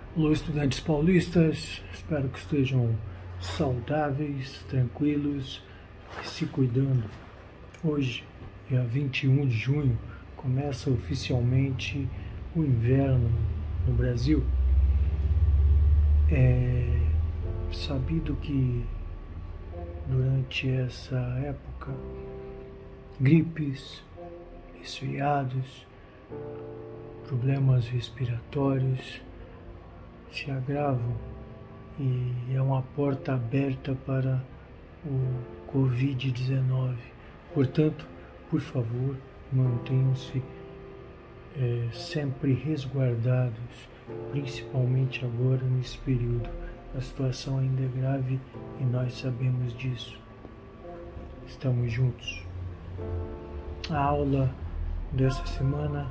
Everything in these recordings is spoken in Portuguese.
Olá, estudantes paulistas, espero que estejam saudáveis, tranquilos e se cuidando. Hoje, dia 21 de junho, começa oficialmente o inverno no Brasil. É sabido que durante essa época, gripes, resfriados, problemas respiratórios se agravam e é uma porta aberta para o Covid-19. Portanto, por favor, mantenham-se sempre resguardados, principalmente agora nesse período. A situação ainda é grave e nós sabemos disso. Estamos juntos. A aula dessa semana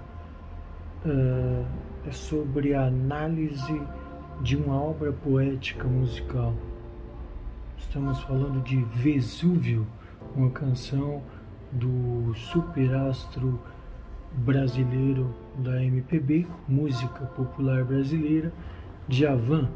é sobre a análise de uma obra poética musical. Estamos falando de Vesúvio, uma canção do superastro brasileiro da MPB, música popular brasileira, Djavan.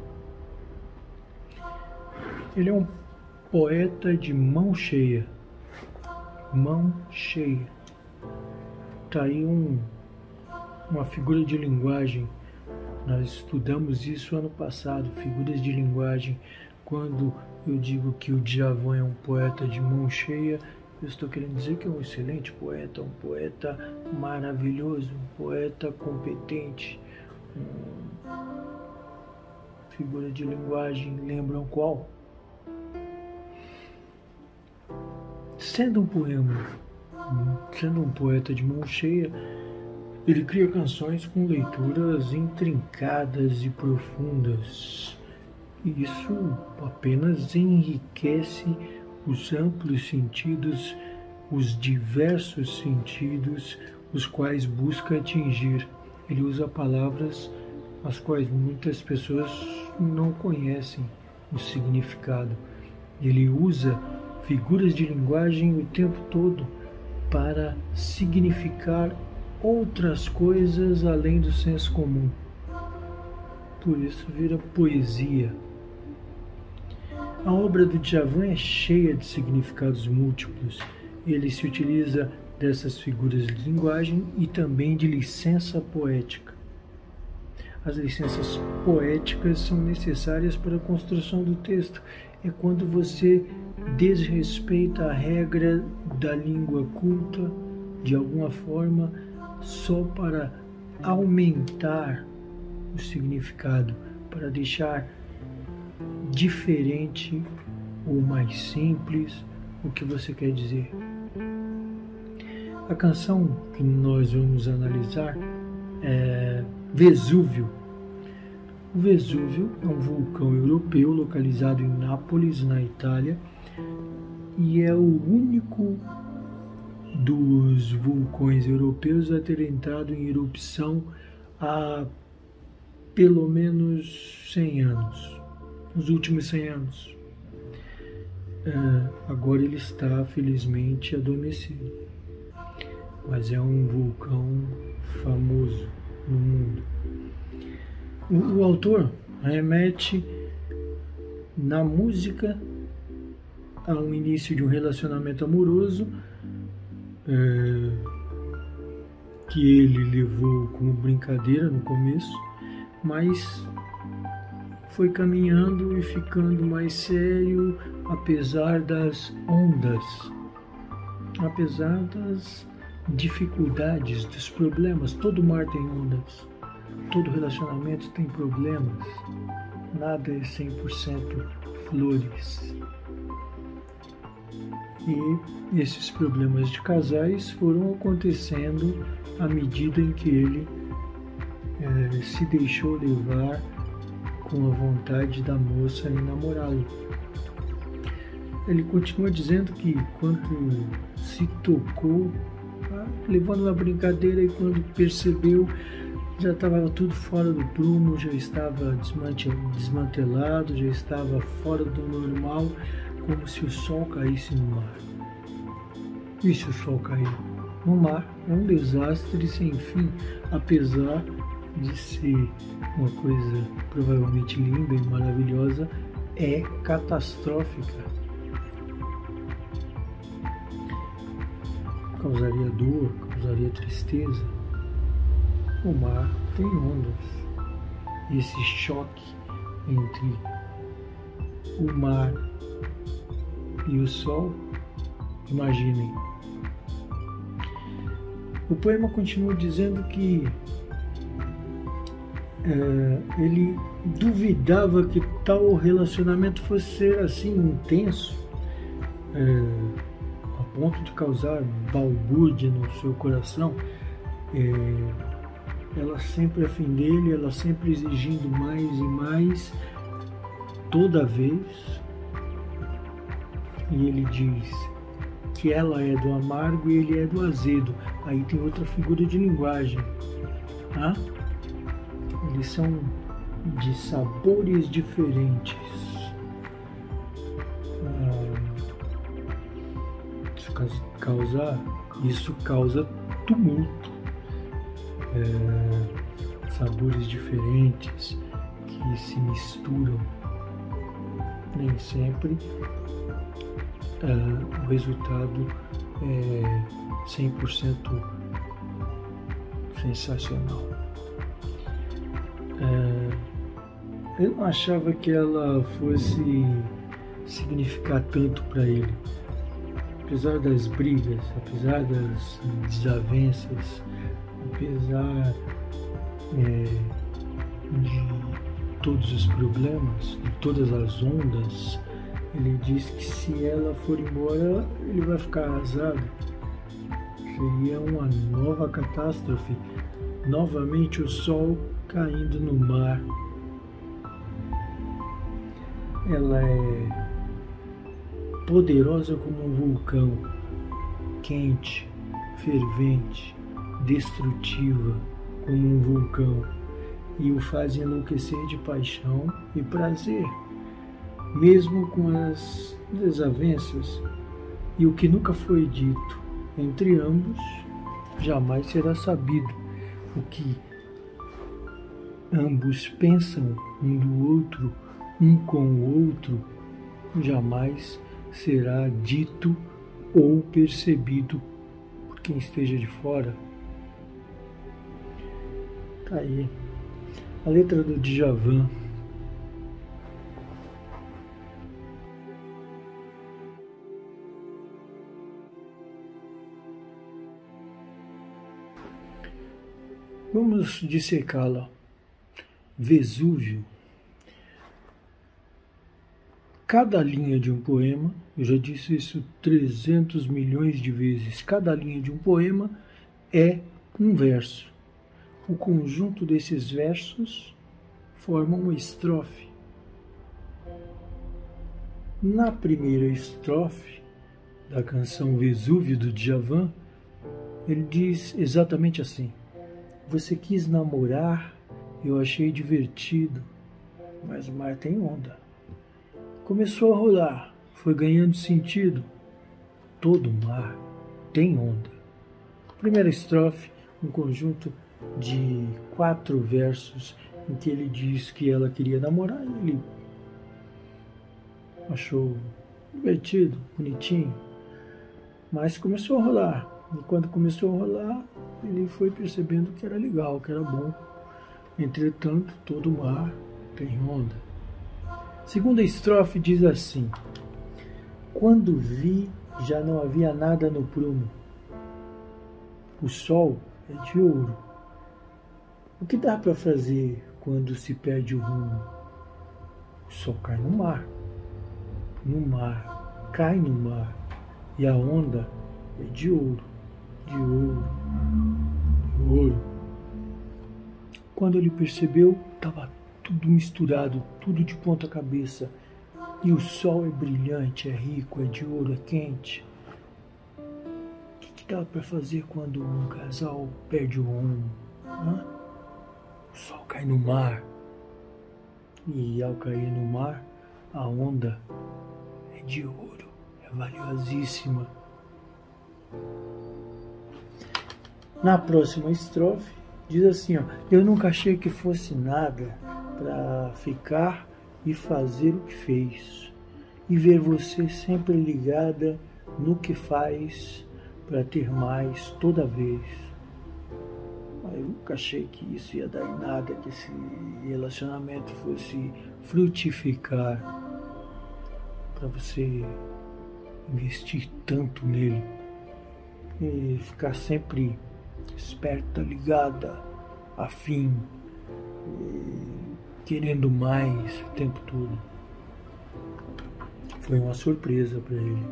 Ele é um poeta de mão cheia. Mão cheia. Está aí uma figura de linguagem. Nós estudamos isso ano passado, figuras de linguagem. Quando eu digo que o Djavan é um poeta de mão cheia, eu estou querendo dizer que é um excelente poeta, um poeta maravilhoso, um poeta competente. Figura de linguagem, lembram qual? Sendo um poema, sendo um poeta de mão cheia, ele cria canções com leituras intrincadas e profundas. E isso apenas enriquece os amplos sentidos, os diversos sentidos, os quais busca atingir. Ele usa palavras as quais muitas pessoas não conhecem o significado. Ele usa figuras de linguagem o tempo todo para significar outras coisas além do senso comum. Por isso vira poesia. A obra do Djavan é cheia de significados múltiplos. Ele se utiliza dessas figuras de linguagem e também de licença poética. As licenças poéticas são necessárias para a construção do texto. É quando você desrespeita a regra da língua culta, de alguma forma, só para aumentar o significado, para deixar diferente ou mais simples o que você quer dizer. A canção que nós vamos analisar é Vesúvio. O Vesúvio é um vulcão europeu localizado em Nápoles, na Itália, e é o único dos vulcões europeus a ter entrado em erupção há pelo menos 100 anos, nos últimos 100 anos. Agora ele está, felizmente, adormecido, mas é um vulcão famoso no mundo. O autor remete na música ao início de um relacionamento amoroso que ele levou como brincadeira no começo, mas foi caminhando e ficando mais sério apesar das ondas, apesar das dificuldades, dos problemas. Todo mar tem ondas, todo relacionamento tem problemas, nada é 100% flores. E esses problemas de casais foram acontecendo à medida em que ele se deixou levar com a vontade da moça em namorá-lo. Ele continua dizendo que quando se tocou, levando uma brincadeira, e quando percebeu, já estava tudo fora do prumo, já estava desmantelado, já estava fora do normal, como se o sol caísse no mar. E se o sol cair no mar, é um desastre sem fim, apesar de ser uma coisa provavelmente linda e maravilhosa, é catastrófica. Causaria dor, causaria tristeza. O mar tem ondas. E esse choque entre o mar e o sol, imaginem. O poema continua dizendo que ele duvidava que tal relacionamento fosse ser assim intenso, a ponto de causar balbúrdia no seu coração. Ela sempre a fim dele, ela sempre exigindo mais e mais, toda vez. E ele diz que ela é do amargo e ele é do azedo. Aí tem outra figura de linguagem. Eles são de sabores diferentes. Isso causa tumulto. Sabores diferentes que se misturam. Nem sempre o resultado é 100% sensacional. Eu não achava que ela fosse significar tanto para ele. Apesar das brigas, apesar das desavenças, apesar de todos os problemas, de todas as ondas, ele diz que se ela for embora, ele vai ficar arrasado. Seria uma nova catástrofe. Novamente o sol caindo no mar. Ela é poderosa como um vulcão, quente, fervente, destrutiva como um vulcão, e o faz enlouquecer de paixão e prazer, mesmo com as desavenças. E o que nunca foi dito entre ambos jamais será sabido. O que ambos pensam um do outro, um com o outro, jamais será dito ou percebido por quem esteja de fora. Tá aí a letra do Djavan. Vamos dissecá-la. Vesúvio. Cada linha de um poema, eu já disse isso 300 milhões de vezes, cada linha de um poema é um verso. O conjunto desses versos forma uma estrofe. Na primeira estrofe da canção Vesúvio do Djavan, ele diz exatamente assim: você quis namorar, eu achei divertido, mas o mar tem onda. Começou a rolar, foi ganhando sentido. Todo mar tem onda. Primeira estrofe, um conjunto de 4 versos em que ele diz que ela queria namorar e ele achou divertido, bonitinho. Mas começou a rolar. E quando começou a rolar, ele foi percebendo que era legal, que era bom. Entretanto, todo mar tem onda. Segunda estrofe diz assim: quando vi, já não havia nada no prumo. O sol é de ouro. O que dá para fazer quando se perde o rumo? O sol cai no mar. No mar, cai no mar. E a onda é de ouro, de ouro, de ouro. Quando ele percebeu, estava tudo misturado, tudo de ponta cabeça. E o sol é brilhante, é rico, é de ouro, é quente. O que dá para fazer quando um casal perde o rumo? O sol cai no mar. E ao cair no mar, a onda é de ouro, é valiosíssima. Na próxima estrofe, Diz assim, ó, eu nunca achei que fosse nada para ficar e fazer o que fez, e ver você sempre ligada no que faz para ter mais toda vez. Eu nunca achei que isso ia dar em nada, que esse relacionamento fosse frutificar para você investir tanto nele e ficar sempre esperta, ligada, afim, querendo mais o tempo todo. Foi uma surpresa para ele.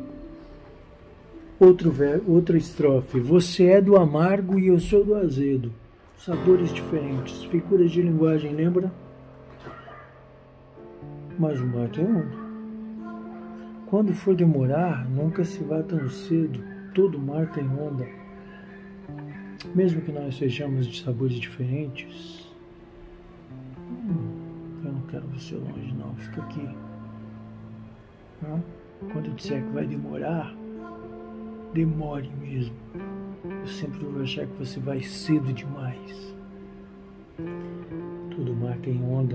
Outra estrofe. Você é do amargo e eu sou do azedo. Sabores diferentes, figuras de linguagem, lembra? Mas o mar tem onda. Quando for demorar, nunca se vá tão cedo. Todo mar tem onda. Mesmo que nós sejamos de sabores diferentes, eu não quero você longe não, fica aqui. Quando eu disser que vai demorar, demore mesmo. Eu sempre vou achar que você vai cedo demais. Todo mar tem onda.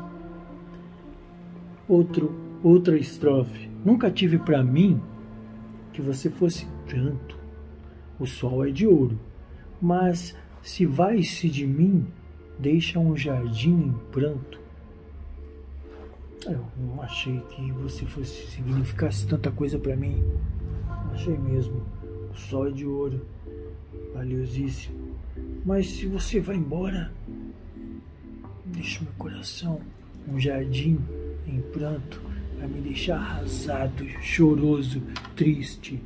Outra estrofe. Nunca tive pra mim que você fosse tanto. O sol é de ouro, mas se vai-se de mim, deixa um jardim em pranto. Eu não achei que você fosse significasse tanta coisa pra mim. Achei mesmo. O sol é de ouro, valiosíssimo. Mas se você vai embora, deixa meu coração um jardim em pranto, vai me deixar arrasado, choroso, triste.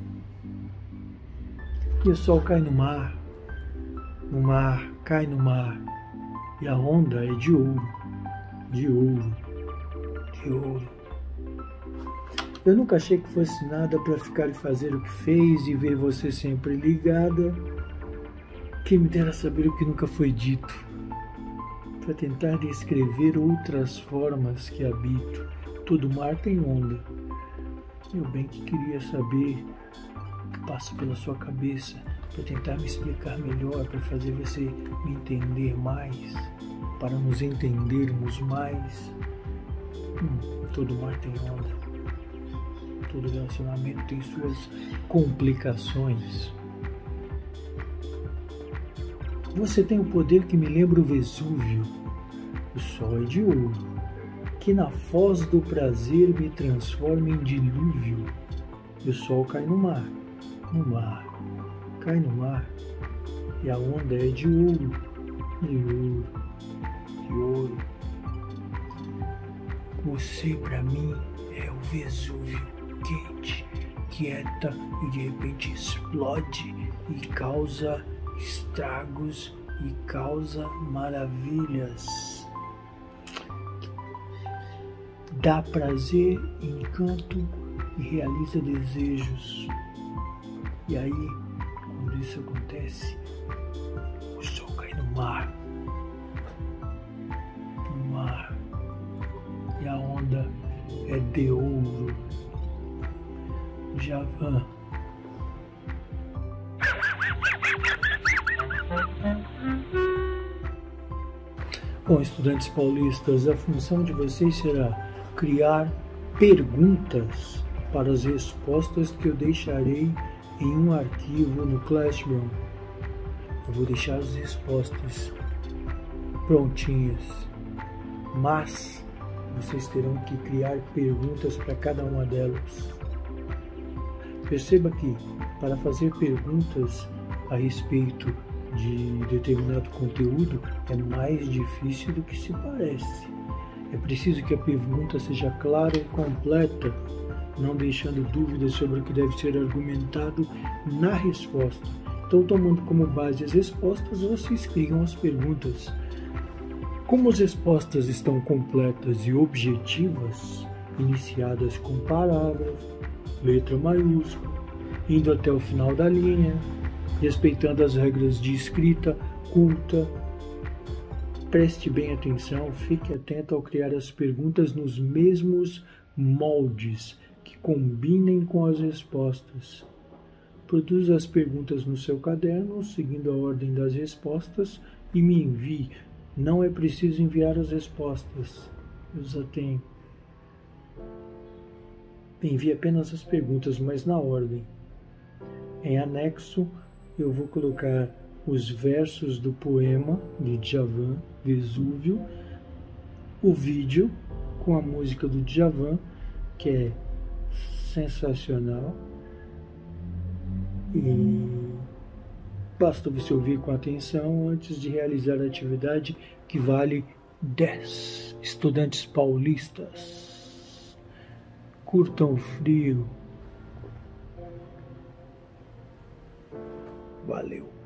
E o sol cai no mar cai no mar, e a onda é de ouro, de ouro, de ouro. Eu nunca achei que fosse nada para ficar e fazer o que fez e ver você sempre ligada. Quem me dera saber o que nunca foi dito, para tentar descrever outras formas que habito. Todo mar tem onda. Eu bem que queria saber o que passa pela sua cabeça, para tentar me explicar melhor, para fazer você me entender mais, para nos entendermos mais. Todo mar tem onda. Todo relacionamento tem suas complicações. Você tem o poder que me lembra o Vesúvio. O sol é de ouro, que na foz do prazer me transforma em dilúvio. E o sol cai no mar, cai no mar, e a onda é de ouro, de ouro, de ouro. Você pra mim é o Vesúvio, quente, quieta e de repente explode e causa estragos e causa maravilhas. Dá prazer, encanto e realiza desejos. E aí, quando isso acontece, o sol cai no mar, e a onda é de ouro. Djavan. Bom, estudantes paulistas, a função de vocês será criar perguntas para as respostas que eu deixarei em um arquivo no Classroom. Eu vou deixar as respostas prontinhas, mas vocês terão que criar perguntas para cada uma delas. Perceba que, para fazer perguntas a respeito de determinado conteúdo, é mais difícil do que se parece. É preciso que a pergunta seja clara e completa, não deixando dúvidas sobre o que deve ser argumentado na resposta. Então, tomando como base as respostas, vocês criam as perguntas. Como as respostas estão completas e objetivas, iniciadas com parágrafo, letra maiúscula, indo até o final da linha, respeitando as regras de escrita culta. Preste bem atenção, fique atento ao criar as perguntas nos mesmos moldes que combinem com as respostas. Produza as perguntas no seu caderno, seguindo a ordem das respostas e me envie. Não é preciso enviar as respostas, eu já tenho. Envie apenas as perguntas, mas na ordem. Em anexo, eu vou colocar os versos do poema de Djavan, Vesúvio, o vídeo com a música do Djavan, que é sensacional, e basta você ouvir com atenção antes de realizar a atividade, que vale 10 estudantes paulistas. Curtam o frio. Valeu.